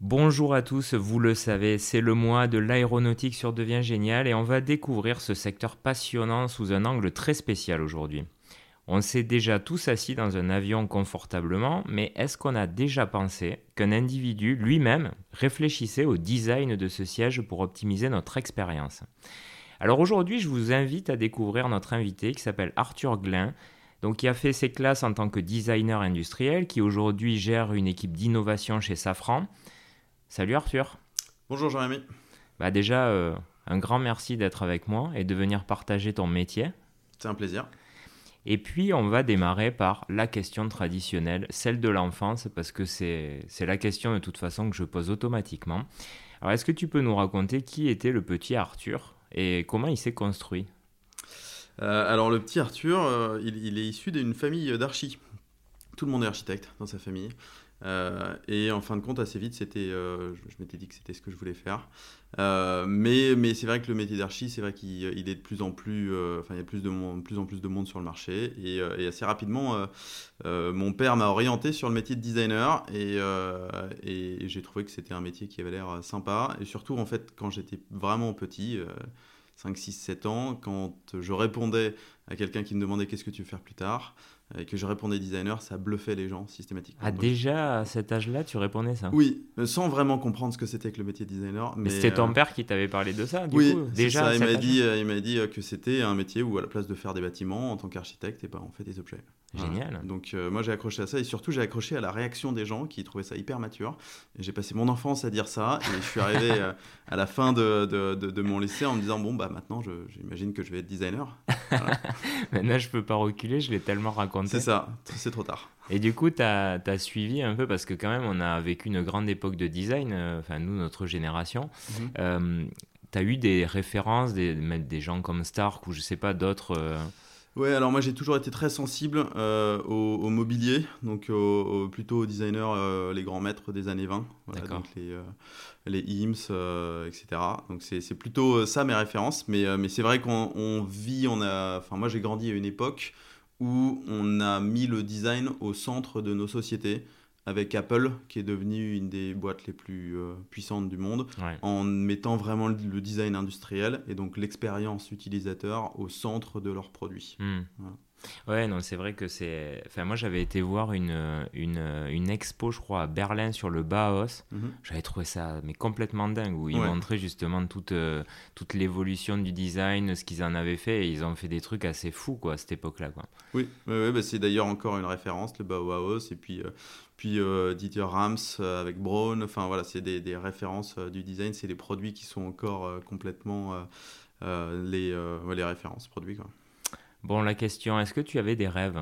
Bonjour à tous, vous le savez, c'est le mois de l'aéronautique sur Devient Génial et on va découvrir ce secteur passionnant sous un angle très spécial aujourd'hui. On s'est déjà tous assis dans un avion confortablement, mais est-ce qu'on a déjà pensé qu'un individu lui-même réfléchissait au design de ce siège pour optimiser notre expérience? Alors aujourd'hui, je vous invite à découvrir notre invité qui s'appelle Arthur Glin, donc qui a fait ses classes en tant que designer industriel, qui aujourd'hui gère une équipe d'innovation chez Safran. Salut Arthur. Bonjour Jérémy. Déjà, un grand merci d'être avec moi et de venir partager ton métier. C'est un plaisir. Et puis, on va démarrer par la question traditionnelle, celle de l'enfance, parce que c'est la question de toute façon que je pose automatiquement. Alors, est-ce que tu peux nous raconter qui était le petit Arthur et comment il s'est construit? Alors le petit Arthur, il est issu d'une famille d'archi. Tout le monde est architecte dans sa famille. Et en fin de compte, assez vite, je m'étais dit que c'était ce que je voulais faire. Mais c'est vrai que le métier d'archi, c'est vrai qu'il est de plus en plus, enfin il y a plus en plus de monde sur le marché. Et assez rapidement, mon père m'a orienté sur le métier de designer. Et j'ai trouvé que c'était un métier qui avait l'air sympa. Et surtout, en fait, quand j'étais vraiment petit, 5, 6, 7 ans, quand je répondais à quelqu'un qui me demandait qu'est-ce que tu veux faire plus tard, et que je répondais designer, ça bluffait les gens systématiquement. Ah, déjà à cet âge-là, tu répondais ça? Oui, sans vraiment comprendre ce que c'était que le métier de designer. Mais c'était ton père qui t'avait parlé de ça, du Oui, coup, c'est déjà à ça. cet âge-là? Il m'a dit que c'était un métier où, à la place de faire des bâtiments, en tant qu'architecte, et ben, on fait des objets. Voilà. Génial. Donc, moi, j'ai accroché à ça et surtout, j'ai accroché à la réaction des gens qui trouvaient ça hyper mature. Et j'ai passé mon enfance à dire ça. Et je suis arrivé à la fin de mon lycée en me disant bon, bah maintenant, j'imagine que je vais être designer. Voilà. Maintenant, je peux pas reculer, je l'ai tellement C'est raconté. ça, c'est trop tard. Et du coup, tu as suivi un peu, parce que quand même, on a vécu une grande époque de design, enfin nous, notre génération. Mhm. Tu as eu des références, même des gens comme Stark ou je sais pas, d'autres. Ouais, alors moi j'ai toujours été très sensible au mobilier, donc plutôt aux designers, les grands maîtres des années 20, voilà, D'accord. donc les Eames, etc. Donc c'est plutôt ça mes références, mais c'est vrai enfin moi j'ai grandi à une époque où on a mis le design au centre de nos sociétés, avec Apple qui est devenue une des boîtes les plus puissantes du monde, Ouais. en mettant vraiment le design industriel et donc l'expérience utilisateur au centre de leurs produits. Hmm. Voilà. Ouais, non, c'est vrai que c'est. Enfin, moi, j'avais été voir une expo, je crois, à Berlin sur le Bauhaus. Mhm. J'avais trouvé ça mais complètement dingue, où ils Ouais. montraient justement toute l'évolution du design, ce qu'ils en avaient fait, et ils ont fait des trucs assez fous, quoi, à cette époque-là, quoi. Oui, ouais, ouais, bah, c'est d'ailleurs encore une référence, le Bauhaus, et puis Dieter Rams avec Braun, enfin voilà, c'est des références du design, c'est les produits qui sont encore complètement ouais, les références produits, quoi. Bon, la question, est-ce que tu avais des rêves?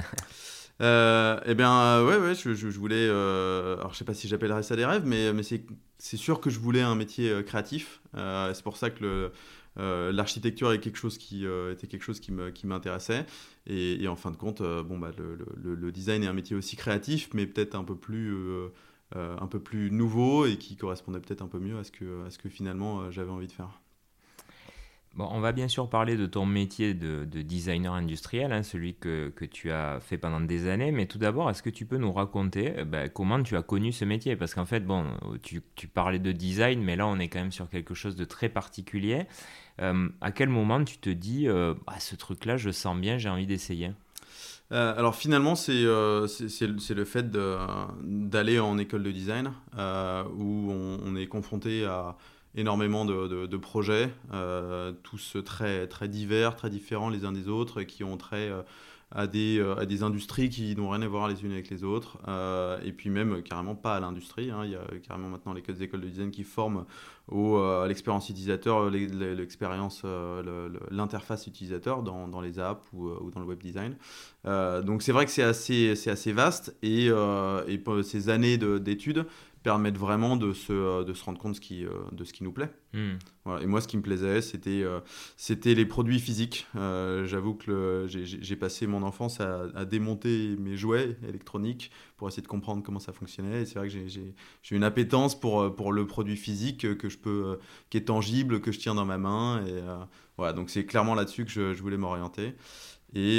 Eh bien, ouais, ouais, je voulais. Alors, je sais pas si j'appellerais ça des rêves, mais c'est sûr que je voulais un métier créatif. C'est pour ça que l'architecture était quelque chose qui m'intéressait. Et en fin de compte, bon, bah, le design est un métier aussi créatif, mais peut-être un peu plus nouveau et qui correspondait peut-être un peu mieux à ce que finalement j'avais envie de faire. Bon, on va bien sûr parler de ton métier de designer industriel, hein, celui que tu as fait pendant des années, mais tout d'abord, est-ce que tu peux nous raconter comment tu as connu ce métier? Parce qu'en fait, bon, tu parlais de design, mais là, on est quand même sur quelque chose de très particulier. À quel moment tu te dis, ce truc-là, je sens bien, j'ai envie d'essayer? Alors finalement, c'est le fait d'aller en école de design où on est confronté à énormément de projets, tous très, très divers, très différents les uns des autres, et qui ont trait à des industries qui n'ont rien à voir les unes avec les autres, et puis même carrément pas à l'industrie, hein. Il y a carrément maintenant les écoles de design qui forment à l'expérience utilisateur, l'expérience, l'interface utilisateur dans les apps ou dans le web design. Donc c'est vrai que c'est assez vaste et ces années d'études permettent vraiment de se rendre compte de ce qui nous plaît. Hmm. Voilà. Et moi, ce qui me plaisait, c'était les produits physiques. J'avoue que j'ai passé mon enfance à démonter mes jouets électroniques pour essayer de comprendre comment ça fonctionnait. Et c'est vrai que j'ai une appétence pour le produit physique qui est tangible, que je tiens dans ma main. Voilà, donc c'est clairement là-dessus que je voulais m'orienter. Et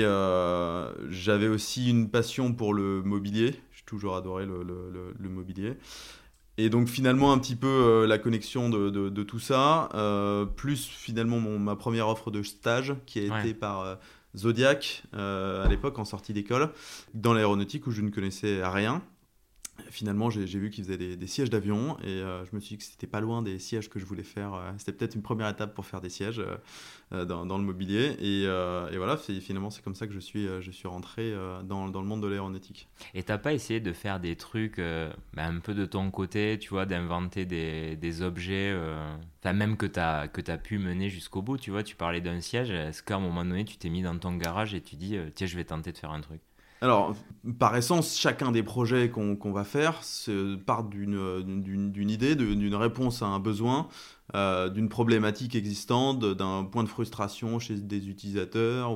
j'avais aussi une passion pour le mobilier. J'ai toujours adoré le mobilier. Et donc finalement un petit peu la connexion de tout ça, plus finalement ma première offre de stage qui a Ouais. été par Zodiac à l'époque en sortie d'école, dans l'aéronautique où je ne connaissais rien. Finalement, j'ai vu qu'ils faisaient des sièges d'avion et je me suis dit que c'était pas loin des sièges que je voulais faire. C'était peut-être une première étape pour faire des sièges dans le mobilier. Et voilà, finalement, c'est comme ça que je suis rentré dans le monde de l'aéronautique. Et t'as pas essayé de faire des trucs un peu de ton côté, tu vois, d'inventer des objets, enfin même que t'as pu mener jusqu'au bout, tu vois, tu parlais d'un siège, est-ce qu'à un moment donné tu t'es mis dans ton garage et tu dis, tiens, je vais tenter de faire un truc? Alors, par essence, chacun des projets qu'on va faire part d'une idée, d'une réponse à un besoin, d'une problématique existante, d'un point de frustration chez des utilisateurs,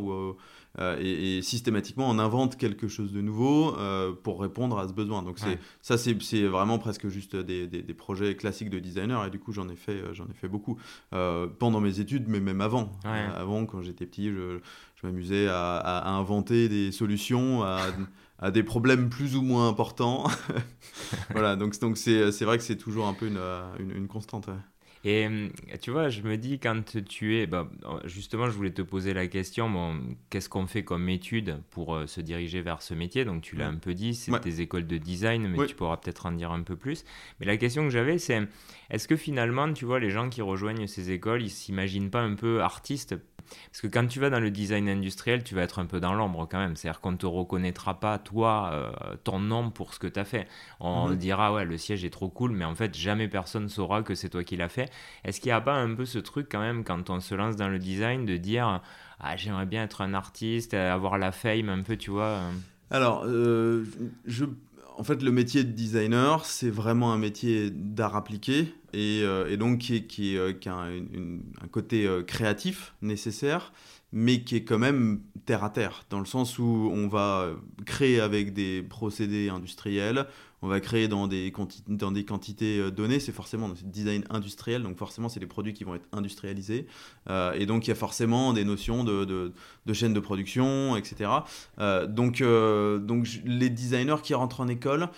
et systématiquement on invente quelque chose de nouveau pour répondre à ce besoin. Donc Ouais. c'est vraiment presque juste des projets classiques de designer, et du coup j'en ai fait beaucoup pendant mes études, mais même avant. Ouais. Avant, quand j'étais petit, je m'amusais à inventer des solutions à des problèmes plus ou moins importants. Voilà, donc c'est vrai que c'est toujours un peu une constante. Ouais. Et tu vois, je me dis, quand tu es... bah, justement, je voulais te poser la question, bon, qu'est-ce qu'on fait comme étude pour se diriger vers ce métier? Donc tu l'as Mm. un peu dit, c'est Ouais. des écoles de design, mais Oui. tu pourras peut-être en dire un peu plus. Mais la question que j'avais, c'est, est-ce que finalement, tu vois, les gens qui rejoignent ces écoles, ils s'imaginent pas un peu artistes? Parce que quand tu vas dans le design industriel, tu vas être un peu dans l'ombre quand même. C'est-à-dire qu'on ne te reconnaîtra pas, toi, ton nom pour ce que tu as fait. On Mhm. dira, ouais, le siège est trop cool, mais en fait, jamais personne saura que c'est toi qui l'as fait. Est-ce qu'il n'y a pas un peu ce truc quand même, quand on se lance dans le design, de dire, ah, j'aimerais bien être un artiste, avoir la fame un peu, tu vois Alors, en fait, le métier de designer, c'est vraiment un métier d'art appliqué et donc qui a un côté créatif nécessaire, mais qui est quand même terre à terre, dans le sens où on va créer avec des procédés industriels, on va créer dans des quantités données, c'est forcément du design industriel, donc forcément c'est des produits qui vont être industrialisés, et donc il y a forcément des notions de chaîne de production, etc. Les designers qui rentrent en école,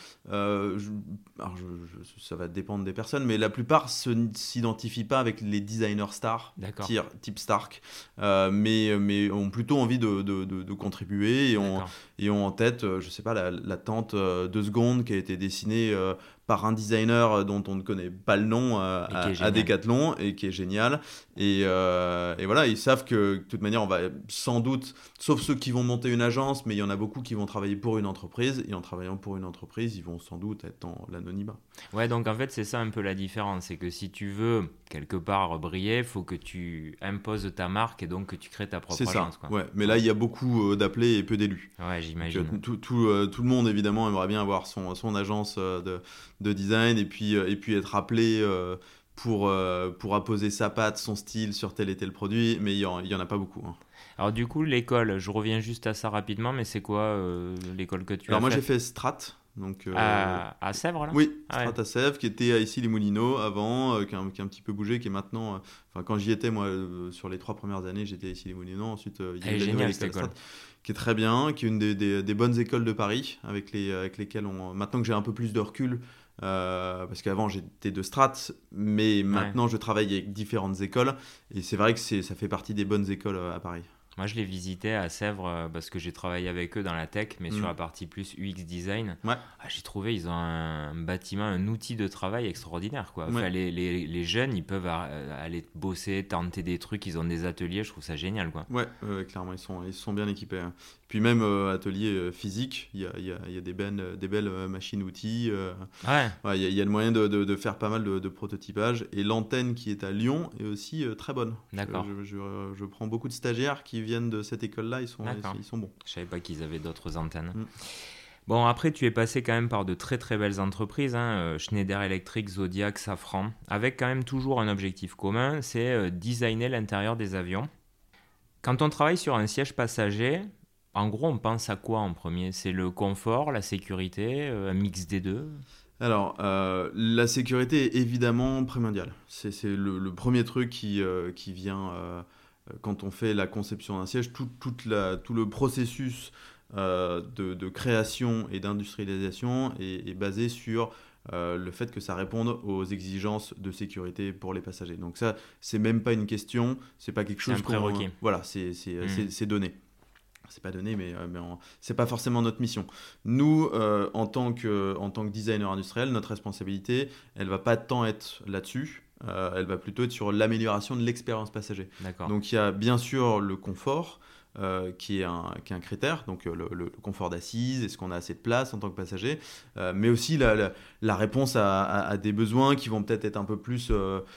ça va dépendre des personnes, mais la plupart s'identifient pas avec les designers stars, D'accord, type Stark, mais ont plutôt envie de contribuer d'accord. et ont en tête, je sais pas, la tente 2 secondes qui a été dessinée par un designer dont on ne connaît pas le nom Et qui est à génial. Decathlon et qui est génial. Et voilà, ils savent que de toute manière, on va sans doute, sauf ceux qui vont monter une agence, mais il y en a beaucoup qui vont travailler pour une entreprise, et en travaillant pour une entreprise, ils vont sans doute être dans l'anonymat. Ouais, donc en fait, c'est ça un peu la différence. C'est que si tu veux, quelque part, briller, il faut que tu imposes ta marque et donc que tu crées ta C'est propre ça, agence, quoi. ouais. Mais là, Ouais, il y a beaucoup d'appelés et peu d'élus. ouais, Donc j'imagine. tout le monde, évidemment, aimerait bien avoir son agence de design et puis être appelé pour apposer sa patte, son style sur tel et tel produit, mais il y en a pas beaucoup. Hein. Alors du coup, l'école, je reviens juste à ça rapidement, mais c'est quoi l'école que tu Alors as moi, j'ai faite? fait Strat, donc À Sèvres, là? oui, Ah ouais. Strat à Sèvres, qui était à Issy-les-Moulineaux avant, qui a un petit peu bougé, qui est maintenant... Enfin, quand j'y étais, moi, sur les 3 premières années, j'étais à Issy-les-Moulineaux. Ensuite, il y a Elle est eu la nouvelle géniale, cette école Strat, école. qui est très bien, qui est une des bonnes écoles de Paris, avec lesquelles Maintenant que j'ai un peu plus de recul, parce qu'avant j'étais de Strat, mais Ouais. maintenant je travaille avec différentes écoles, et c'est vrai que ça fait partie des bonnes écoles à Paris. Moi, je les visitais à Sèvres parce que j'ai travaillé avec eux dans la tech, mais sur Mm. la partie plus UX design. Ouais, Ah, j'ai trouvé, ils ont un bâtiment, un outil de travail extraordinaire, quoi. ouais. Enfin, les jeunes, ils peuvent aller bosser, tenter des trucs, ils ont des ateliers, je trouve ça génial, quoi. Ouais, clairement, ils sont bien équipés. Hein. Puis même atelier physique, il y a des belles machines-outils. Ouais, Ouais, il y a le moyen de faire pas mal de prototypage. Et l'antenne qui est à Lyon est aussi très bonne. d'accord, Je prends beaucoup de stagiaires qui viennent de cette école-là, d'accord. ils sont bons. Je savais pas qu'ils avaient d'autres antennes. Mm. Bon, après, tu es passé quand même par de très très belles entreprises, hein, Schneider Electric, Zodiac, Safran, avec quand même toujours un objectif commun, c'est designer l'intérieur des avions. Quand on travaille sur un siège passager, en gros, on pense à quoi en premier? C'est le confort, la sécurité, un mix des deux? Alors, la sécurité est évidemment primordiale. C'est le premier truc qui vient quand on fait la conception d'un siège. Tout le processus de création et d'industrialisation est basé sur le fait que ça réponde aux exigences de sécurité pour les passagers. Donc ça, c'est même pas une question, c'est pas quelque chose un prérequis. Voilà, c'est donné. C'est pas donné, mais c'est pas forcément notre mission. Nous, en tant que designer industriel, notre responsabilité, elle va pas tant être là-dessus. Elle va plutôt être sur l'amélioration de l'expérience passager. D'accord. Donc il y a bien sûr le confort, qui est un critère, donc le confort d'assise, est-ce qu'on a assez de place en tant que passager, mais aussi la réponse à des besoins qui vont peut-être être un peu plus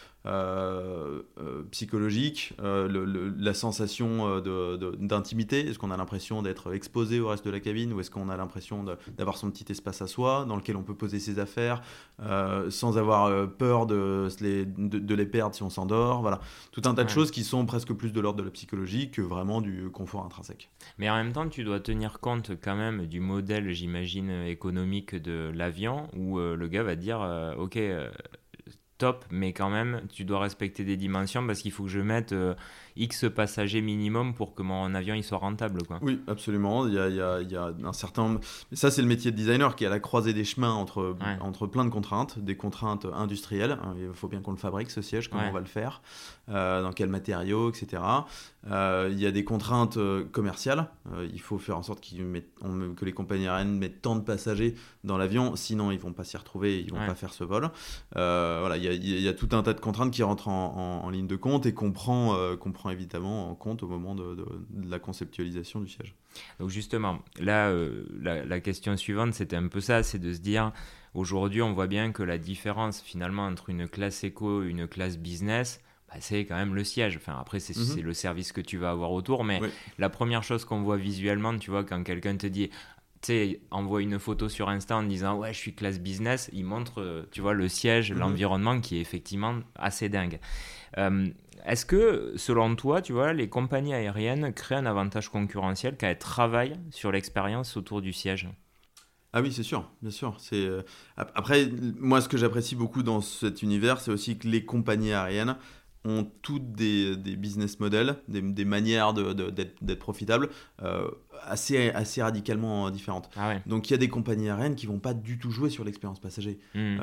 psychologiques, la sensation d'intimité, est-ce qu'on a l'impression d'être exposé au reste de la cabine, ou est-ce qu'on a l'impression d'avoir son petit espace à soi dans lequel on peut poser ses affaires sans avoir peur de les perdre si on s'endort, voilà, tout un tas de choses qui sont presque plus de l'ordre de la psychologie que vraiment du confort intrinsèque. Mais en même temps, tu dois tenir compte quand même du modèle, j'imagine, économique de l'avion, où le gars va dire ok, top, mais quand même, tu dois respecter des dimensions parce qu'il faut que je mette X passagers minimum pour que mon avion il soit rentable, quoi. Oui, absolument. Il y a un certain... Ça, c'est le métier de designer qui est à la croisée des chemins entre plein de contraintes, des contraintes industrielles. Il faut bien qu'on le fabrique, ce siège, comment on va le faire, dans quels matériaux, etc. Il y a des contraintes commerciales. Il faut faire en sorte que les compagnies aériennes mettent tant de passagers dans l'avion, sinon ils ne vont pas s'y retrouver, ils ne vont pas faire ce vol. Voilà, il y a tout un tas de contraintes qui rentrent en ligne de compte et qu'on prend évidemment en compte au moment de la conceptualisation du siège. Donc justement, là, la question suivante, c'était un peu ça, c'est de se dire, aujourd'hui, on voit bien que la différence finalement entre une classe éco et une classe business, c'est quand même le siège. Enfin, après, c'est le service que tu vas avoir autour, mais la première chose qu'on voit visuellement, tu vois, quand quelqu'un te dit... Tu sais, envoie une photo sur Insta en disant ouais, je suis classe business, il montre, tu vois, le siège, l'environnement qui est effectivement assez dingue. Est-ce que, selon toi, tu vois, les compagnies aériennes créent un avantage concurrentiel quand elles travaillent sur l'expérience autour du siège ? Ah oui, c'est sûr, bien sûr. Après, moi, ce que j'apprécie beaucoup dans cet univers, c'est aussi que les compagnies aériennes ont toutes des business models, des manières d'être profitables assez radicalement différentes. Ah ouais. Donc il y a des compagnies aériennes qui ne vont pas du tout jouer sur l'expérience passager.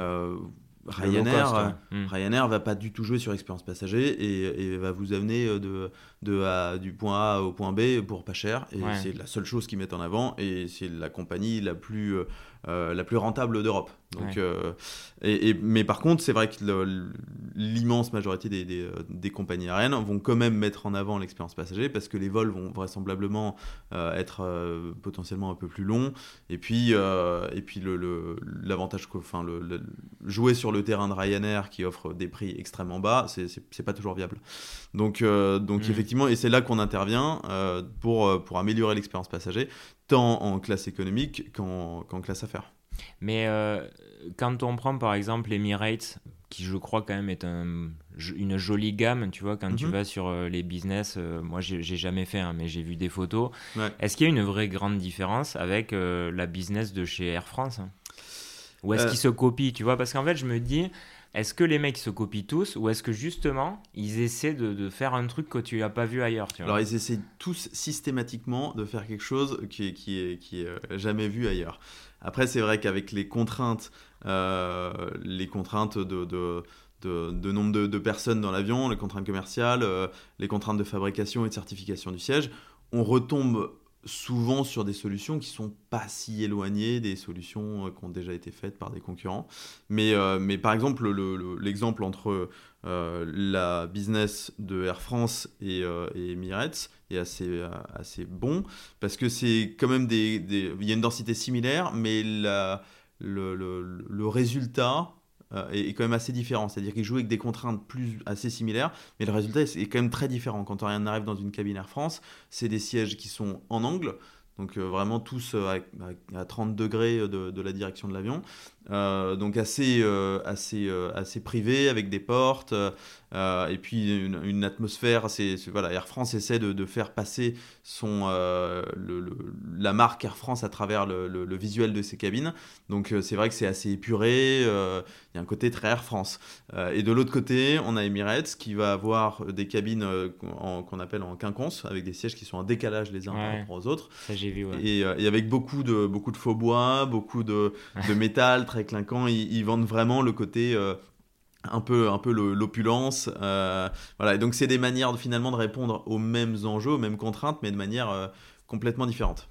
Ryanair va pas du tout jouer sur l'expérience passager et va vous amener du point A au point B pour pas cher. Et c'est la seule chose qu'ils mettent en avant et c'est la compagnie la plus rentable d'Europe. Donc, mais par contre, c'est vrai que l'immense majorité des compagnies aériennes vont quand même mettre en avant l'expérience passager parce que les vols vont vraisemblablement être potentiellement un peu plus longs. Et puis l'avantage, jouer sur le terrain de Ryanair qui offre des prix extrêmement bas, c'est pas toujours viable. Donc effectivement, et c'est là qu'on intervient pour améliorer l'expérience passager, tant en classe économique qu'en classe affaires. Mais quand on prend par exemple Emirates, qui je crois quand même est une jolie gamme, tu vois, quand tu vas sur les business, moi j'ai jamais fait, mais j'ai vu des photos. Est-ce qu'il y a une vraie grande différence avec la business de chez Air France ? Ou est-ce qu'ils se copient, tu vois ? Parce qu'en fait, je me dis, est-ce que les mecs se copient tous ou est-ce que justement, ils essaient de faire un truc que tu n'as pas vu ailleurs, tu vois ? Alors, ils essaient tous systématiquement de faire quelque chose qui est jamais vu ailleurs. Après, c'est vrai qu'avec les contraintes de nombre de personnes dans l'avion, les contraintes commerciales, les contraintes de fabrication et de certification du siège, on retombe souvent sur des solutions qui sont pas si éloignées des solutions qui ont déjà été faites par des concurrents. Mais par exemple, l'exemple entre la business de Air France et Emirates est assez bon parce que c'est quand même il y a une densité similaire, mais le résultat est quand même assez différent. C'est-à-dire qu'ils jouent avec des contraintes assez similaires, mais le résultat est quand même très différent. Quand on arrive dans une cabine Air France, c'est des sièges qui sont en angle, donc vraiment tous à 30 degrés de la direction de l'avion, donc assez privé, avec des portes, et puis une atmosphère. Voilà, Air France essaie de faire passer la marque Air France à travers le visuel de ces cabines. Donc c'est vrai que c'est assez épuré, il y a un côté très Air France. Et de l'autre côté, on a Emirates qui va avoir des cabines qu'on appelle en quinconce, avec des sièges qui sont en décalage les uns par rapport aux autres. Ça j'ai vu, ouais. Et avec beaucoup de faux bois, beaucoup de métal très clinquant. Ils vendent vraiment le côté un peu l'opulence. Voilà. Et donc c'est des manières finalement de répondre aux mêmes enjeux, aux mêmes contraintes, mais de manière complètement différente.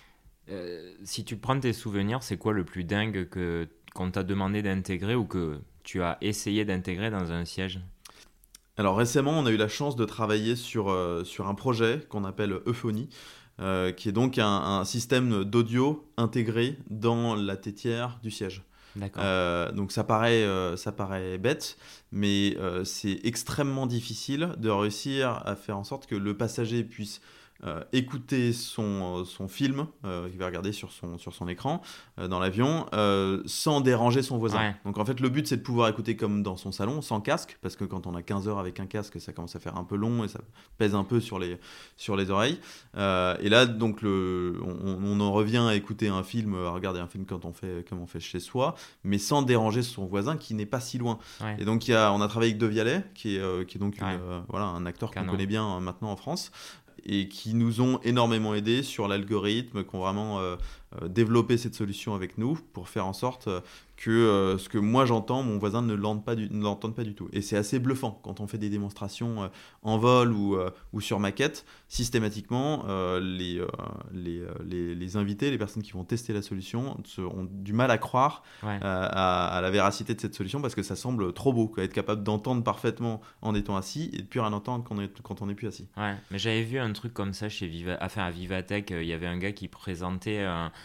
Si tu prends tes souvenirs, c'est quoi le plus dingue qu'on t'a demandé d'intégrer ou que tu as essayé d'intégrer dans un siège? Alors récemment, on a eu la chance de travailler sur un projet qu'on appelle Euphonie, qui est donc un système d'audio intégré dans la tétière du siège. D'accord. Donc ça paraît bête, mais c'est extrêmement difficile de réussir à faire en sorte que le passager puisse écouter son film qu'il va regarder sur son écran dans l'avion sans déranger son voisin. Ouais. Donc en fait le but c'est de pouvoir écouter comme dans son salon sans casque, parce que quand on a 15 heures avec un casque ça commence à faire un peu long et ça pèse un peu sur les oreilles. Et là donc on en revient à écouter un film, à regarder un film quand on fait comme on fait chez soi, mais sans déranger son voisin qui n'est pas si loin. Ouais. Et donc on a travaillé avec De Vialet qui est donc Ouais. un acteur qu'on Canon. connaît bien maintenant en France, et qui nous ont énormément aidés sur l'algorithme, qui ont vraiment développé cette solution avec nous pour faire en sorte que ce que moi j'entends, mon voisin ne l'entende pas du tout. Et c'est assez bluffant quand on fait des démonstrations en vol ou sur maquette. Systématiquement, les invités, les personnes qui vont tester la solution, ont du mal à croire Ouais. à la véracité de cette solution, parce que ça semble trop beau, être capable d'entendre parfaitement en étant assis et de plus rien entendre quand on n'est plus assis. Ouais, mais j'avais vu un truc comme ça à Vivatech. Il y avait un gars qui présentait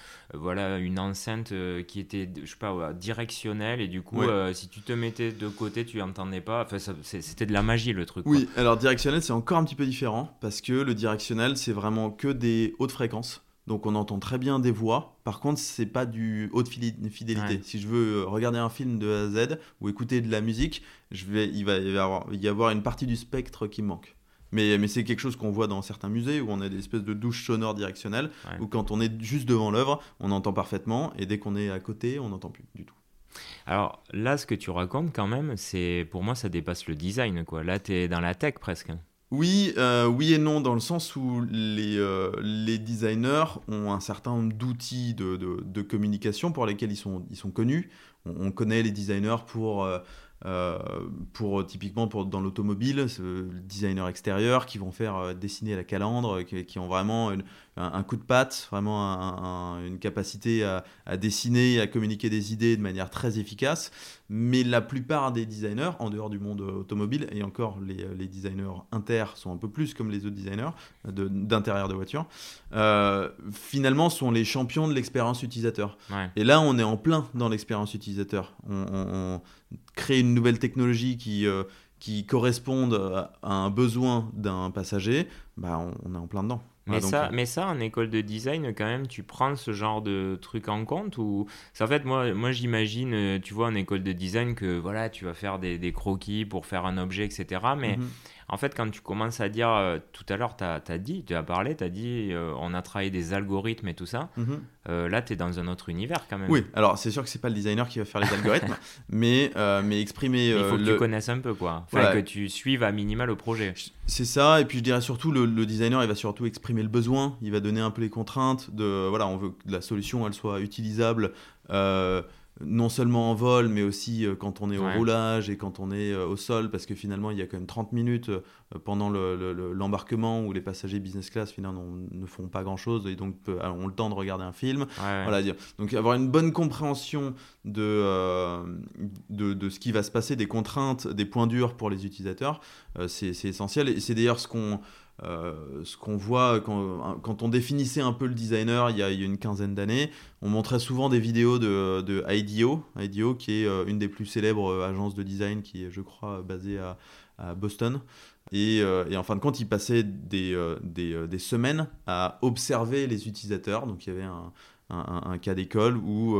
une enceinte qui était, je sais pas, directionnelle, et du coup, Ouais. si tu te mettais de côté, tu l'entendais pas. Enfin, c'était de la magie le truc. Oui, alors directionnel, c'est encore un petit peu différent, parce que le directionnel, c'est vraiment que des hautes fréquences. Donc on entend très bien des voix. Par contre, c'est pas du haute fidélité. Ouais. Si je veux regarder un film de A à Z ou écouter de la musique, il va y avoir une partie du spectre qui me manque. Mais c'est quelque chose qu'on voit dans certains musées où on a des espèces de douches sonores directionnelles, Ouais. où quand on est juste devant l'œuvre, on entend parfaitement, et dès qu'on est à côté, on n'entend plus du tout. Alors là, ce que tu racontes quand même, pour moi, ça dépasse le design, quoi. Là, t'es dans la tech presque. Oui, oui et non, dans le sens où les designers ont un certain nombre d'outils de communication pour lesquels ils sont connus. On connaît les designers typiquement dans l'automobile, le designer extérieur qui vont faire dessiner la calandre, qui ont vraiment un coup de patte, vraiment une capacité à dessiner et à communiquer des idées de manière très efficace. Mais la plupart des designers, en dehors du monde automobile, et encore les designers inter sont un peu plus comme les autres designers d'intérieur de voiture, finalement sont les champions de l'expérience utilisateur. Ouais. Et là, on est en plein dans l'expérience utilisateur. On crée une nouvelle technologie qui corresponde à un besoin d'un passager, on est en plein dedans. Mais, Voilà, mais ça, en école de design, quand même, tu prends ce genre de truc en compte ou... En fait, moi j'imagine, tu vois, en école de design, que voilà, tu vas faire des croquis pour faire un objet, etc. Mais en fait, quand tu commences à dire, tout à l'heure, tu as parlé, tu as dit, on a travaillé des algorithmes et tout ça. Là, tu es dans un autre univers quand même. Oui, alors c'est sûr que c'est pas le designer qui va faire les algorithmes, mais exprimer. Il faut que tu connaisses un peu, quoi. Enfin, Voilà. que tu suives à minima le projet. C'est ça, et puis je dirais surtout, le designer, il va surtout exprimer le besoin, il va donner un peu les contraintes on veut que la solution, elle soit utilisable, non seulement en vol, mais aussi quand on est au roulage et quand on est au sol, parce que finalement, il y a quand même 30 minutes pendant l'embarquement où les passagers business class, finalement, ne font pas grand-chose, et donc ont le temps de regarder un film. Ouais. Voilà, donc avoir une bonne compréhension de ce qui va se passer, des contraintes, des points durs pour les utilisateurs, c'est essentiel. Et c'est d'ailleurs ce qu'on voit quand on définissait un peu le designer il y a une quinzaine d'années. On montrait souvent des vidéos de IDEO qui est une des plus célèbres agences de design, qui est, je crois, basée à Boston. Et en fin de compte, ils passaient des semaines à observer les utilisateurs. Donc il y avait un cas d'école où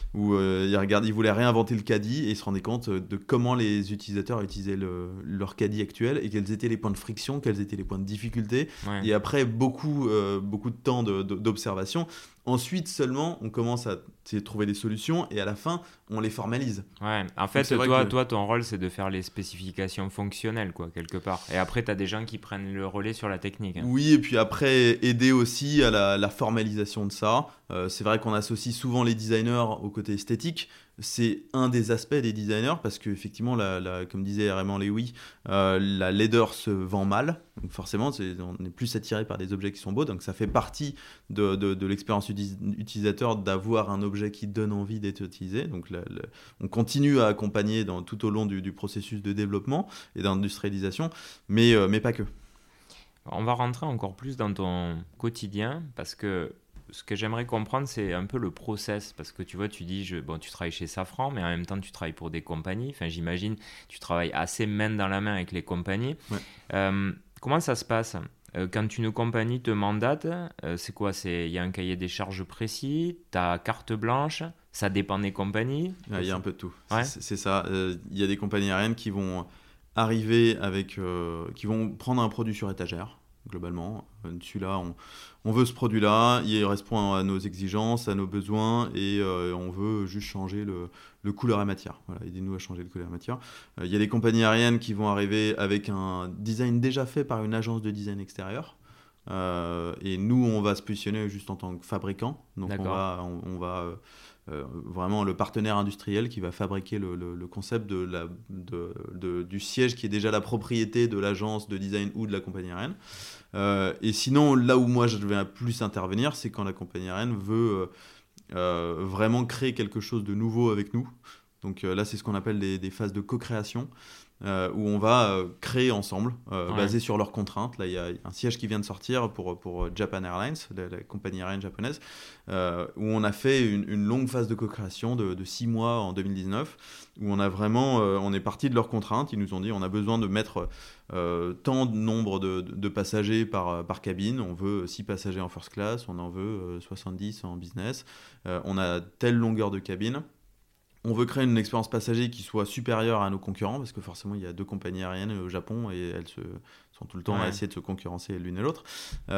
il voulait réinventer le caddie et il se rendait compte de comment les utilisateurs utilisaient leur caddie actuel et quels étaient les points de friction, quels étaient les points de difficulté. Ouais. Et après beaucoup de temps d'observation, ensuite seulement on commence à trouver des solutions et à la fin on les formalise. Ouais, en Donc, fait, c'est vrai toi, ton rôle, c'est de faire les spécifications fonctionnelles, quoi, quelque part. Et après, tu as des gens qui prennent le relais sur la technique. Hein. Oui, et puis après, aider aussi à la formalisation de ça. C'est vrai qu'on associe souvent les designers au côté esthétique. C'est un des aspects des designers parce qu'effectivement, comme disait Raymond Lewy, la laideur se vend mal. Donc forcément, on est plus attiré par des objets qui sont beaux. Donc ça fait partie de l'expérience utilisateur d'avoir un objet qui donne envie d'être utilisé. Donc on continue à accompagner tout au long du processus de développement et d'industrialisation, mais pas que. On va rentrer encore plus dans ton quotidien parce que ce que j'aimerais comprendre, c'est un peu le process. Parce que tu vois, tu dis, tu travailles chez Safran, mais en même temps, tu travailles pour des compagnies. Enfin, j'imagine, tu travailles assez main dans la main avec les compagnies. Ouais. Comment ça se passe quand une compagnie te mandate, c'est quoi? Il y a un cahier des charges précis, tu as carte blanche, ça dépend des compagnies? Il y a un peu de tout. Ouais. C'est ça. Il y a des compagnies aériennes qui vont arriver qui vont prendre un produit sur étagère, globalement. Celui-là, on veut ce produit-là, il correspond à nos exigences, à nos besoins, et on veut juste changer le couleur et matière. Voilà, aidez-nous à changer le couleur et matière. Il y a des compagnies aériennes qui vont arriver avec un design déjà fait par une agence de design extérieur. Et nous, on va se positionner juste en tant que fabricant. Donc on va vraiment le partenaire industriel qui va fabriquer le concept du siège qui est déjà la propriété de l'agence de design ou de la compagnie aérienne. Et sinon, là où moi je vais plus intervenir, c'est quand la compagnie aérienne veut vraiment créer quelque chose de nouveau avec nous. Donc là, c'est ce qu'on appelle des phases de co-création. Où on va créer ensemble, basé sur leurs contraintes. Là, il y a un siège qui vient de sortir pour Japan Airlines, la compagnie aérienne japonaise, où on a fait une longue phase de co-création de 6 mois en 2019, où on a vraiment, on est parti de leurs contraintes. Ils nous ont dit on a besoin de mettre tant de nombre de passagers par cabine. On veut 6 passagers en first class, on en veut 70 en business. On a telle longueur de cabine. On veut créer une expérience passager qui soit supérieure à nos concurrents, parce que forcément, il y a 2 compagnies aériennes au Japon et elles sont tout le temps à essayer de se concurrencer l'une et l'autre.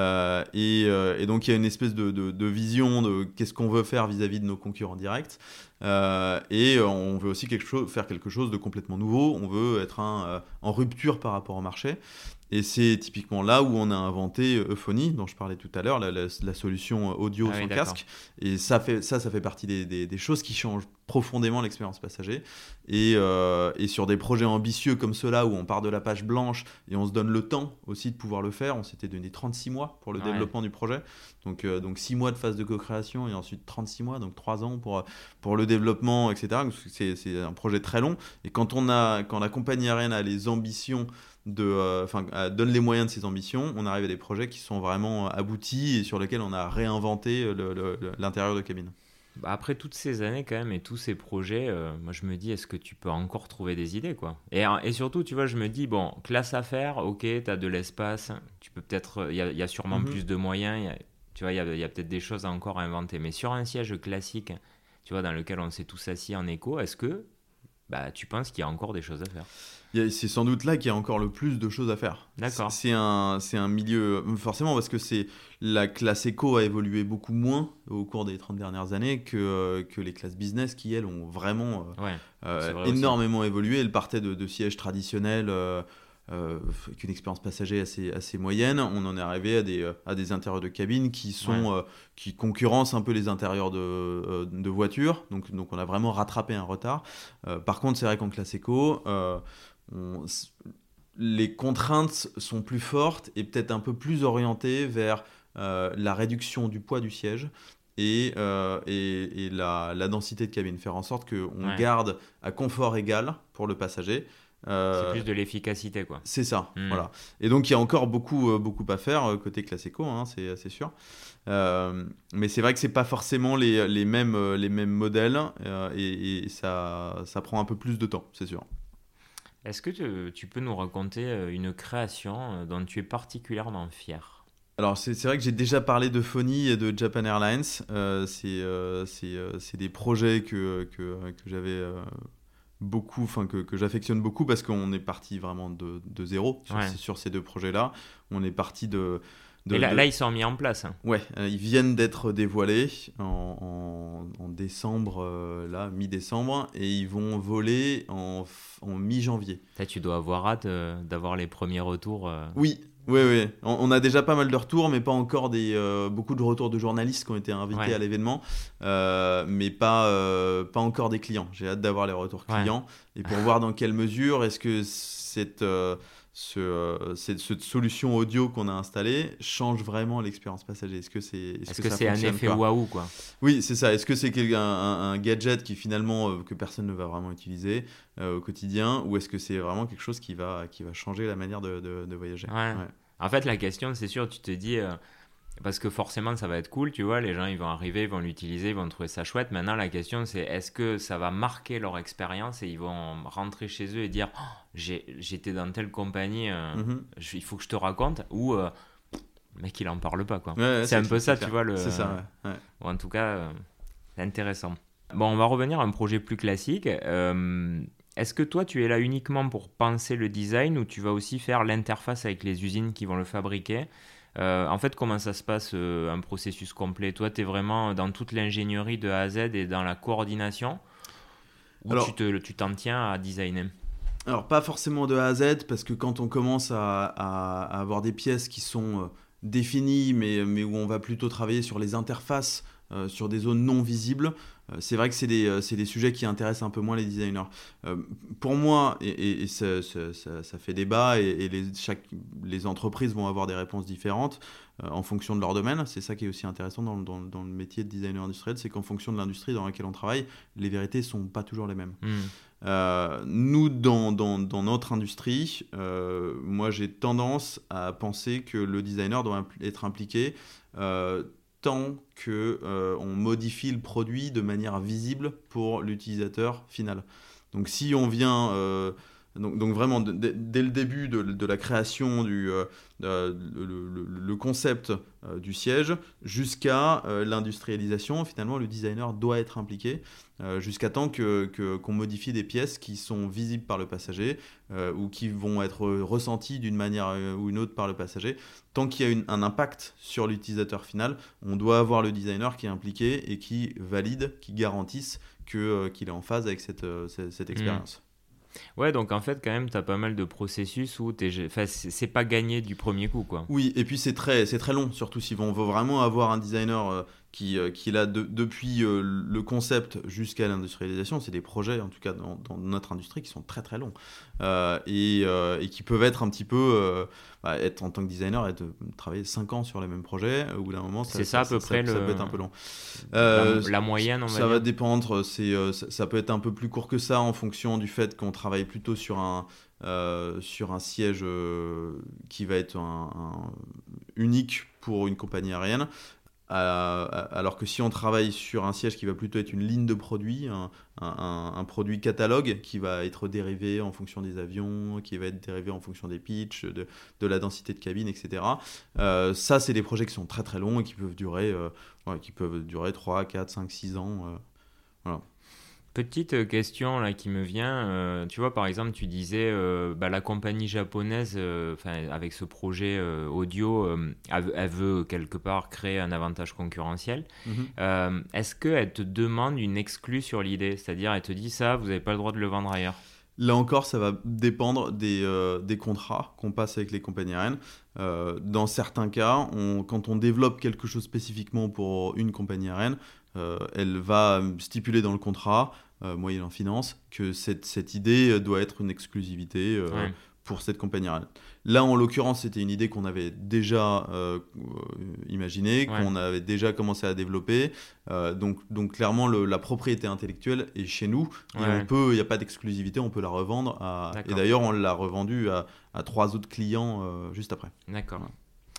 Et donc, il y a une espèce de vision de qu'est-ce qu'on veut faire vis-à-vis de nos concurrents directs. Et on veut aussi faire quelque chose de complètement nouveau. On veut être en rupture par rapport au marché. Et c'est typiquement là où on a inventé Euphony, dont je parlais tout à l'heure, la solution audio sans casque. Et ça fait partie des choses qui changent profondément l'expérience passager. Et sur des projets ambitieux comme ceux-là, où on part de la page blanche et on se donne le temps aussi de pouvoir le faire, on s'était donné 36 mois pour le développement du projet. Donc 6 mois de phase de co-création et ensuite 36 mois, donc 3 ans pour le développement, etc. C'est un projet très long. Et quand la compagnie aérienne a les ambitions donne les moyens de ses ambitions, on arrive à des projets qui sont vraiment aboutis et sur lesquels on a réinventé l'intérieur de cabine. Après toutes ces années quand même et tous ces projets, moi je me dis est-ce que tu peux encore trouver des idées quoi. Et surtout tu vois je me dis bon classe à faire, ok t'as de l'espace, tu peux peut-être il y a sûrement plus de moyens, tu vois il y a peut-être des choses à encore inventer, mais sur un siège classique, tu vois dans lequel on s'est tous assis en écho, est-ce que tu penses qu'il y a encore des choses à faire? C'est sans doute là qu'il y a encore le plus de choses à faire. D'accord. C'est un milieu, forcément parce que la classe éco a évolué beaucoup moins au cours des 30 dernières années que les classes business qui, elles, ont vraiment énormément évolué. Elles partaient de sièges traditionnels avec une expérience passager assez moyenne. On en est arrivé à des intérieurs de cabine qui concurrencent un peu les intérieurs de voitures. Donc on a vraiment rattrapé un retard. Par contre, c'est vrai qu'en classe éco, les contraintes sont plus fortes et peut-être un peu plus orientées vers la réduction du poids du siège et la densité de cabine. Faire en sorte qu'on garde à confort égal pour le passager. C'est plus de l'efficacité quoi. C'est ça, voilà. Et donc il y a encore beaucoup à faire côté classe éco, hein, c'est sûr. Mais c'est vrai que c'est pas forcément les mêmes modèles et ça prend un peu plus de temps, c'est sûr. Est-ce que tu peux nous raconter une création dont tu es particulièrement fier? Alors c'est vrai que j'ai déjà parlé de Foni et de Japan Airlines. C'est des projets que j'avais beaucoup, enfin que j'affectionne beaucoup parce qu'on est parti vraiment de zéro Ouais. sur ces deux projets-là. On est parti Et là, de- là, ils sont mis en place. Hein. Ouais, ils viennent d'être dévoilés en décembre, là, mi-décembre, et ils vont voler en mi-janvier. Là, tu dois avoir hâte d'avoir les premiers retours. Oui, oui, oui. On a déjà pas mal de retours, mais pas encore beaucoup de retours de journalistes qui ont été invités Ouais. à l'événement, mais pas encore des clients. J'ai hâte d'avoir les retours Ouais. clients et pour voir dans quelle mesure est-ce que cette solution audio qu'on a installée change vraiment l'expérience passager. Est-ce que Est-ce que que ça c'est un fonctionne, effet quoi. waouh, quoi? Oui, c'est ça. Est-ce que c'est un gadget qui finalement que personne ne va vraiment utiliser au quotidien, ou est-ce que c'est vraiment quelque chose qui va changer la manière de voyager? Ouais. Ouais. En fait, la question, c'est sûr, tu te dis, parce que forcément, ça va être cool, tu vois, les gens, ils vont arriver, ils vont l'utiliser, ils vont trouver ça chouette. Maintenant, la question, c'est est-ce que ça va marquer leur expérience et ils vont rentrer chez eux et dire, oh, j'étais dans telle compagnie, Mhm. il faut que je te raconte, ou le mec, il en parle pas, quoi. Ouais, ouais, C'est un peu ça, clair. tu vois, C'est ça, ouais. Ouais. ou en tout cas, c'est intéressant. Bon, on va revenir à un projet plus classique. Est-ce que toi, tu es là uniquement pour penser le design ou tu vas aussi faire l'interface avec les usines qui vont le fabriquer? En fait, comment ça se passe, un processus complet? Toi, tu es vraiment dans toute l'ingénierie de A à Z et dans la coordination ou Alors, tu t'en tiens à designer? alors, pas forcément de A à Z, parce que quand on commence à avoir des pièces qui sont définies, mais où on va plutôt travailler sur les interfaces, sur des zones non visibles, c'est vrai que c'est des sujets qui intéressent un peu moins les designers. Euh, pour moi, et ça fait débat, et les entreprises vont avoir des réponses différentes en fonction de leur domaine. C'est ça qui est aussi intéressant dans le métier de designer industriel, c'est qu'en fonction de l'industrie dans laquelle on travaille, les vérités ne sont pas toujours les mêmes. Hmm. Nous, dans notre industrie, moi j'ai tendance à penser que le designer doit être impliqué tant que on modifie le produit de manière visible pour l'utilisateur final. Donc si on vient donc vraiment dès le début de la création le concept du siège jusqu'à l'industrialisation, finalement le designer doit être impliqué jusqu'à temps qu'on modifie des pièces qui sont visibles par le passager ou qui vont être ressenties d'une manière ou une autre par le passager. Tant qu'il y a un impact sur l'utilisateur final, on doit avoir le designer qui est impliqué et qui valide, qui garantisse qu'il est en phase avec cette expérience. Ouais, donc en fait, quand même, tu as pas mal de processus où enfin, c'est pas gagné du premier coup, quoi. Oui, et puis c'est très long, surtout si on veut vraiment avoir un designer qui l'a depuis le concept jusqu'à l'industrialisation. C'est des projets, en tout cas dans notre industrie, qui sont très très longs et qui peuvent être un petit peu, être en tant que designer, travailler 5 ans sur les mêmes projets. Au bout d'un moment, C'est ça à peu près ça peut être un peu long. la moyenne, on va Ça va dire. dépendre, ça peut être un peu plus court que ça en fonction du fait qu'on travaille plutôt sur un siège qui va être unique pour une compagnie aérienne. Alors que si on travaille sur un siège qui va plutôt être une ligne de produit, un produit catalogue qui va être dérivé en fonction des avions, qui va être dérivé en fonction des pitchs, de la densité de cabine, etc. Ça, c'est des projets qui sont très très longs et qui peuvent durer 3, 4, 5, 6 ans. Voilà. Petite question là qui me vient, tu vois par exemple tu disais la compagnie japonaise avec ce projet audio elle veut quelque part créer un avantage concurrentiel. Mhm. Est-ce qu'elle te demande une exclue sur l'idée? C'est-à-dire elle te dit ça, vous n'avez pas le droit de le vendre ailleurs? Là encore, ça va dépendre des contrats qu'on passe avec les compagnies aériennes. Dans certains cas, quand on développe quelque chose spécifiquement pour une compagnie aérienne, elle va stipuler dans le contrat, moyennant finance, que cette idée doit être une exclusivité Ouais. pour cette compagnie aérienne. Là, en l'occurrence, c'était une idée qu'on avait déjà imaginée, Ouais. qu'on avait déjà commencé à développer. Donc clairement, la propriété intellectuelle est chez nous. Et Ouais. il n'y a pas d'exclusivité, on peut la revendre. Et D'accord. d'ailleurs, on l'a revendue à 3 autres clients juste après. D'accord. Voilà.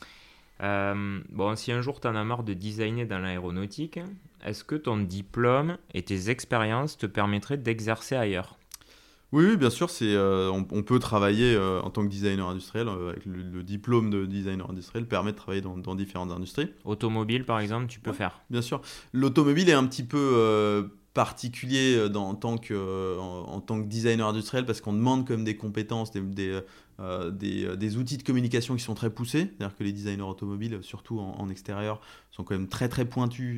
Bon, si un jour tu en as marre de designer dans l'aéronautique, est-ce que ton diplôme et tes expériences te permettraient d'exercer ailleurs? Oui, oui, bien sûr, on peut travailler en tant que designer industriel, avec le diplôme de designer industriel permet de travailler dans différentes industries. Automobile, par exemple, tu peux Ouais, faire. bien sûr. L'automobile est un petit peu particulier en tant que designer industriel parce qu'on demande quand même des compétences, des outils de communication qui sont très poussés. C'est-à-dire que les designers automobiles, surtout en extérieur, sont quand même très très pointus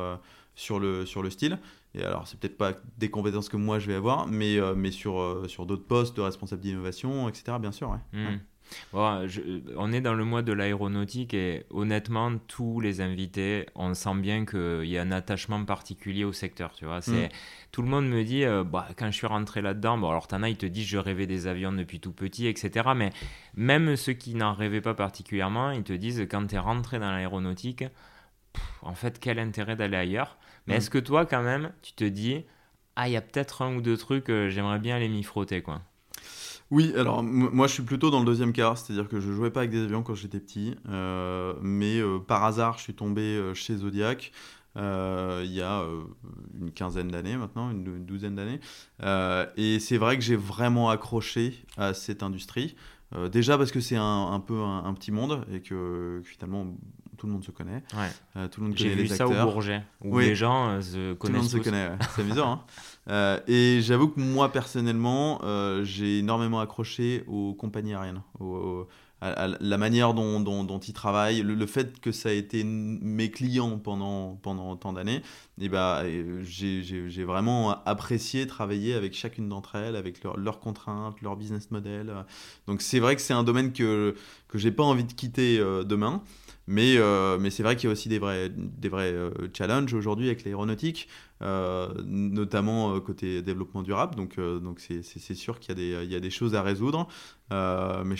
sur le style. Et alors, c'est peut-être pas des compétences que moi je vais avoir, mais sur d'autres postes de responsable d'innovation, etc., bien sûr. Ouais. Ouais. Hmm. Bon, on est dans le mois de l'aéronautique et honnêtement, tous les invités, on sent bien qu'il y a un attachement particulier au secteur. Tu vois, Mm. tout le monde me dit, quand je suis rentré là-dedans, bon, alors t'en as, ils te disent, je rêvais des avions depuis tout petit, etc. Mais même ceux qui n'en rêvaient pas particulièrement, ils te disent, quand tu es rentré dans l'aéronautique, en fait, quel intérêt d'aller ailleurs. Mais Mm. est-ce que toi, quand même, tu te dis, ah, il y a peut-être un ou deux trucs, j'aimerais bien aller m'y frotter, quoi. Oui, alors moi je suis plutôt dans le deuxième cas, c'est-à-dire que je jouais pas avec des avions quand j'étais petit, mais par hasard je suis tombé chez Zodiac il y a une quinzaine d'années maintenant, une douzaine d'années, et c'est vrai que j'ai vraiment accroché à cette industrie. Déjà parce que c'est un peu un petit monde et que finalement tout le monde se connaît, Ouais. tout le monde J'ai connaît vu les ça au acteurs. Bourget, où Oui, les gens se tout le monde connaissent se tous. connaît, ouais. C'est amusant, hein. Et j'avoue que moi, personnellement, j'ai énormément accroché aux compagnies aériennes, à la manière dont ils travaillent, le fait que ça a été mes clients pendant tant d'années, et bah, j'ai vraiment apprécié travailler avec chacune d'entre elles, avec leurs contraintes, leur business model. Donc c'est vrai que c'est un domaine que j'ai pas envie de quitter demain. Mais c'est vrai qu'il y a aussi des vrais challenges aujourd'hui avec l'aéronautique, notamment côté développement durable. Donc c'est sûr il y a des choses à résoudre, mais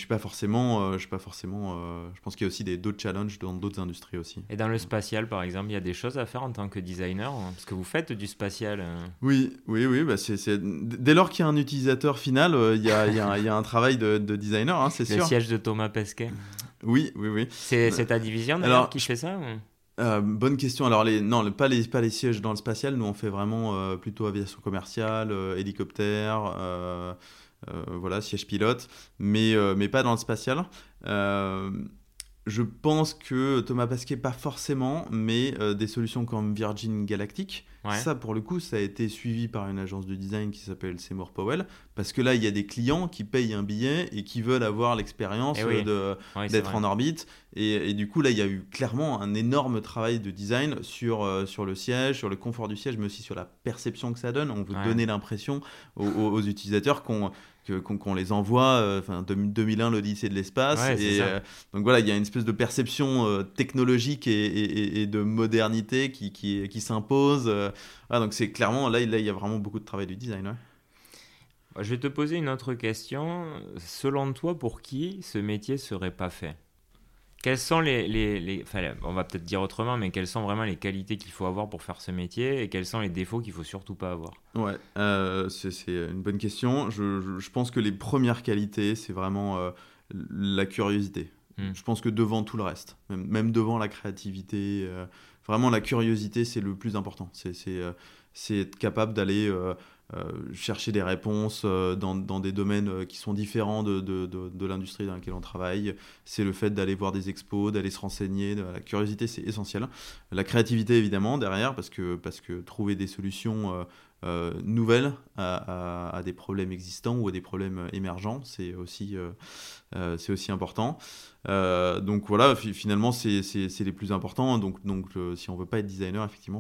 je pense qu'il y a aussi d'autres challenges dans d'autres industries aussi. Et dans le spatial, par exemple, il y a des choses à faire en tant que designer, hein, parce que vous faites du spatial. Oui, oui, oui. Bah dès lors qu'il y a un utilisateur final, il y a un travail de designer, hein, c'est Le sûr. siège de Thomas Pesquet. Oui, oui, oui. C'est ta division d'ailleurs Alors, qui fait ça ou... bonne question. Alors, non, pas les sièges dans le spatial. Nous, on fait vraiment plutôt aviation commerciale, hélicoptère, voilà, siège pilote, mais pas dans le spatial. Euh, je pense que Thomas Pesquet, pas forcément, mais des solutions comme Virgin Galactic, Ouais. ça, pour le coup, ça a été suivi par une agence de design qui s'appelle Seymour Powell, parce que là, il y a des clients qui payent un billet et qui veulent avoir l'expérience Eh oui. Oui, c'est d'être vrai. en orbite. Et du coup, là, il y a eu clairement un énorme travail de design sur le siège, sur le confort du siège, mais aussi sur la perception que ça donne. On veut Ouais. donner l'impression aux utilisateurs qu'on les envoie, 2001, l'Odyssée de l'espace. Ouais, c'est Et ça. donc voilà, il y a une espèce de perception technologique et de modernité qui s'impose. Donc c'est clairement, là, il y a vraiment beaucoup de travail du design. Ouais. Je vais te poser une autre question. Selon toi, pour qui ce métier serait pas fait? Quelles sont enfin, on va peut-être dire autrement, mais quelles sont vraiment les qualités qu'il faut avoir pour faire ce métier et quels sont les défauts qu'il faut surtout pas avoir? Ouais, c'est une bonne question. Je pense que les premières qualités, c'est vraiment la curiosité. Hmm. Je pense que devant tout le reste, même devant la créativité, vraiment la curiosité, c'est le plus important. C'est être capable d'aller chercher des réponses dans des domaines qui sont différents de l'industrie dans laquelle on travaille. C'est le fait d'aller voir des expos, d'aller se renseigner. La curiosité, c'est essentiel. La créativité, évidemment, derrière, parce que trouver des solutions nouvelles à des problèmes existants ou à des problèmes émergents, c'est aussi important. Donc voilà, finalement, c'est les plus importants. Donc si on veut pas être designer, effectivement,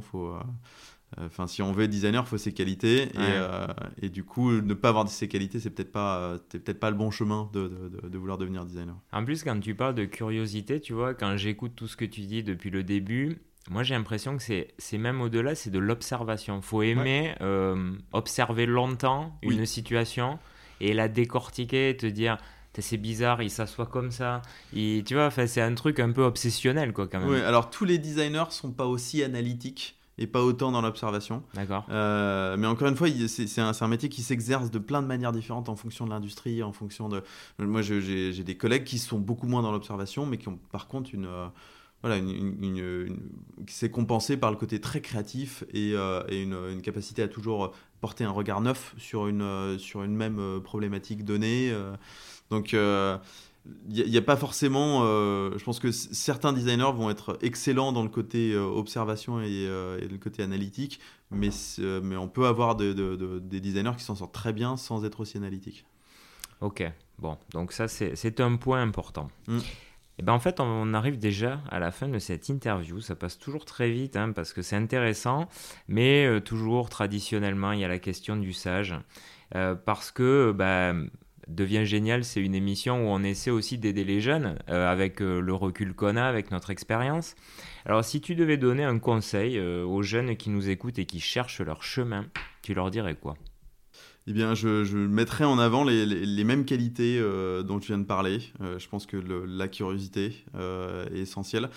si on veut être designer, il faut ses qualités. Ouais. Et du coup, ne pas avoir ces qualités, c'est peut-être pas le bon chemin de vouloir devenir designer. En plus, quand tu parles de curiosité, tu vois, quand j'écoute tout ce que tu dis depuis le début, moi j'ai l'impression que c'est même au-delà, c'est de l'observation. Faut Ouais. aimer observer longtemps une Oui. situation et la décortiquer et te dire, c'est bizarre, il s'assoit comme ça. Tu vois, enfin, c'est un truc un peu obsessionnel, quoi, quand Oui, même. alors tous les designers sont pas aussi analytiques et pas autant dans l'observation. D'accord. Mais encore une fois, c'est un métier qui s'exerce de plein de manières différentes en fonction de l'industrie, en fonction de... Moi, j'ai des collègues qui sont beaucoup moins dans l'observation, mais qui ont par contre voilà, c'est compensé par le côté très créatif et une capacité à toujours porter un regard neuf sur une même problématique donnée. Donc, il n'y a pas forcément... je pense que certains designers vont être excellents dans le côté observation et le côté analytique, mais on peut avoir des designers qui s'en sortent très bien sans être aussi analytiques. Ok, bon, donc ça c'est un point important. Et ben en fait, on arrive déjà à la fin de cette interview. Ça passe toujours très vite parce que c'est intéressant, mais toujours traditionnellement, il y a la question du sage. Parce que Devient Génial, c'est une émission où on essaie aussi d'aider les jeunes avec le recul qu'on a, avec notre expérience. Alors, si tu devais donner un conseil aux jeunes qui nous écoutent et qui cherchent leur chemin, tu leur dirais quoi ? Eh bien, je mettrais en avant les mêmes qualités dont tu viens de parler. Je pense que la curiosité est essentielle.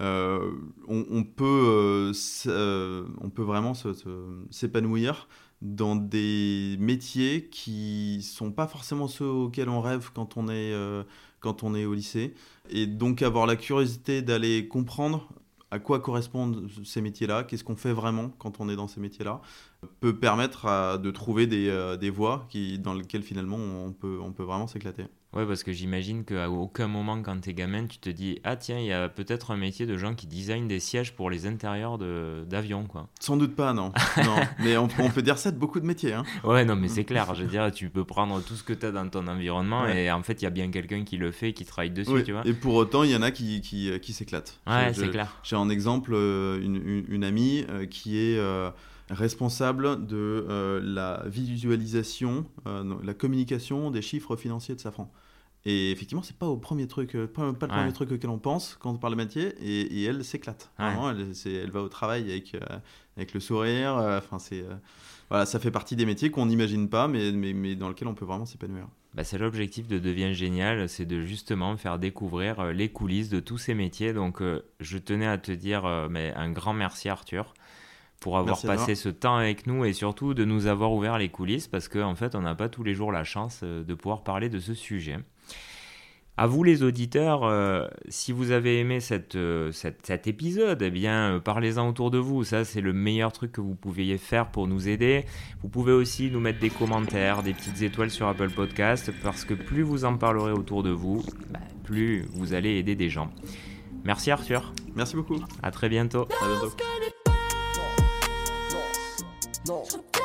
On peut vraiment s'épanouir dans des métiers qui sont pas forcément ceux auxquels on rêve quand on est au lycée. Et donc avoir la curiosité d'aller comprendre à quoi correspondent ces métiers-là, qu'est-ce qu'on fait vraiment quand on est dans ces métiers-là, peut permettre de trouver des voies dans lesquelles finalement on peut vraiment s'éclater. Ouais, parce que j'imagine qu'à aucun moment quand t'es gamin, tu te dis « Ah tiens, il y a peut-être un métier de gens qui designent des sièges pour les intérieurs d'avions, quoi. » Sans doute pas, non. Non. Mais on peut dire ça de beaucoup de métiers. Ouais, non, mais c'est clair. Je veux dire, tu peux prendre tout ce que t'as dans ton environnement et en fait, il y a bien quelqu'un qui le fait, qui travaille dessus, tu vois. Et pour autant, il y en a qui s'éclatent. Ouais, c'est clair. J'ai en exemple une amie qui est... responsable de la visualisation, la communication des chiffres financiers de Safran. Et effectivement, c'est pas le premier truc auquel on pense quand on parle de métier, et elle s'éclate. Ouais. Vraiment, elle va au travail avec le sourire. Voilà, ça fait partie des métiers qu'on n'imagine pas, mais dans lesquels on peut vraiment s'épanouir. C'est l'objectif de Devient Génial, c'est de justement faire découvrir les coulisses de tous ces métiers. Donc, je tenais à te dire un grand merci, Arthur, pour avoir passé ce temps avec nous et surtout de nous avoir ouvert les coulisses parce qu'en fait, on n'a pas tous les jours la chance de pouvoir parler de ce sujet. À vous les auditeurs, si vous avez aimé cet épisode, eh bien, parlez-en autour de vous. Ça, c'est le meilleur truc que vous pouviez faire pour nous aider. Vous pouvez aussi nous mettre des commentaires, des petites étoiles sur Apple Podcast parce que plus vous en parlerez autour de vous, plus vous allez aider des gens. Merci Arthur. Merci beaucoup. À très bientôt. À bientôt. Non.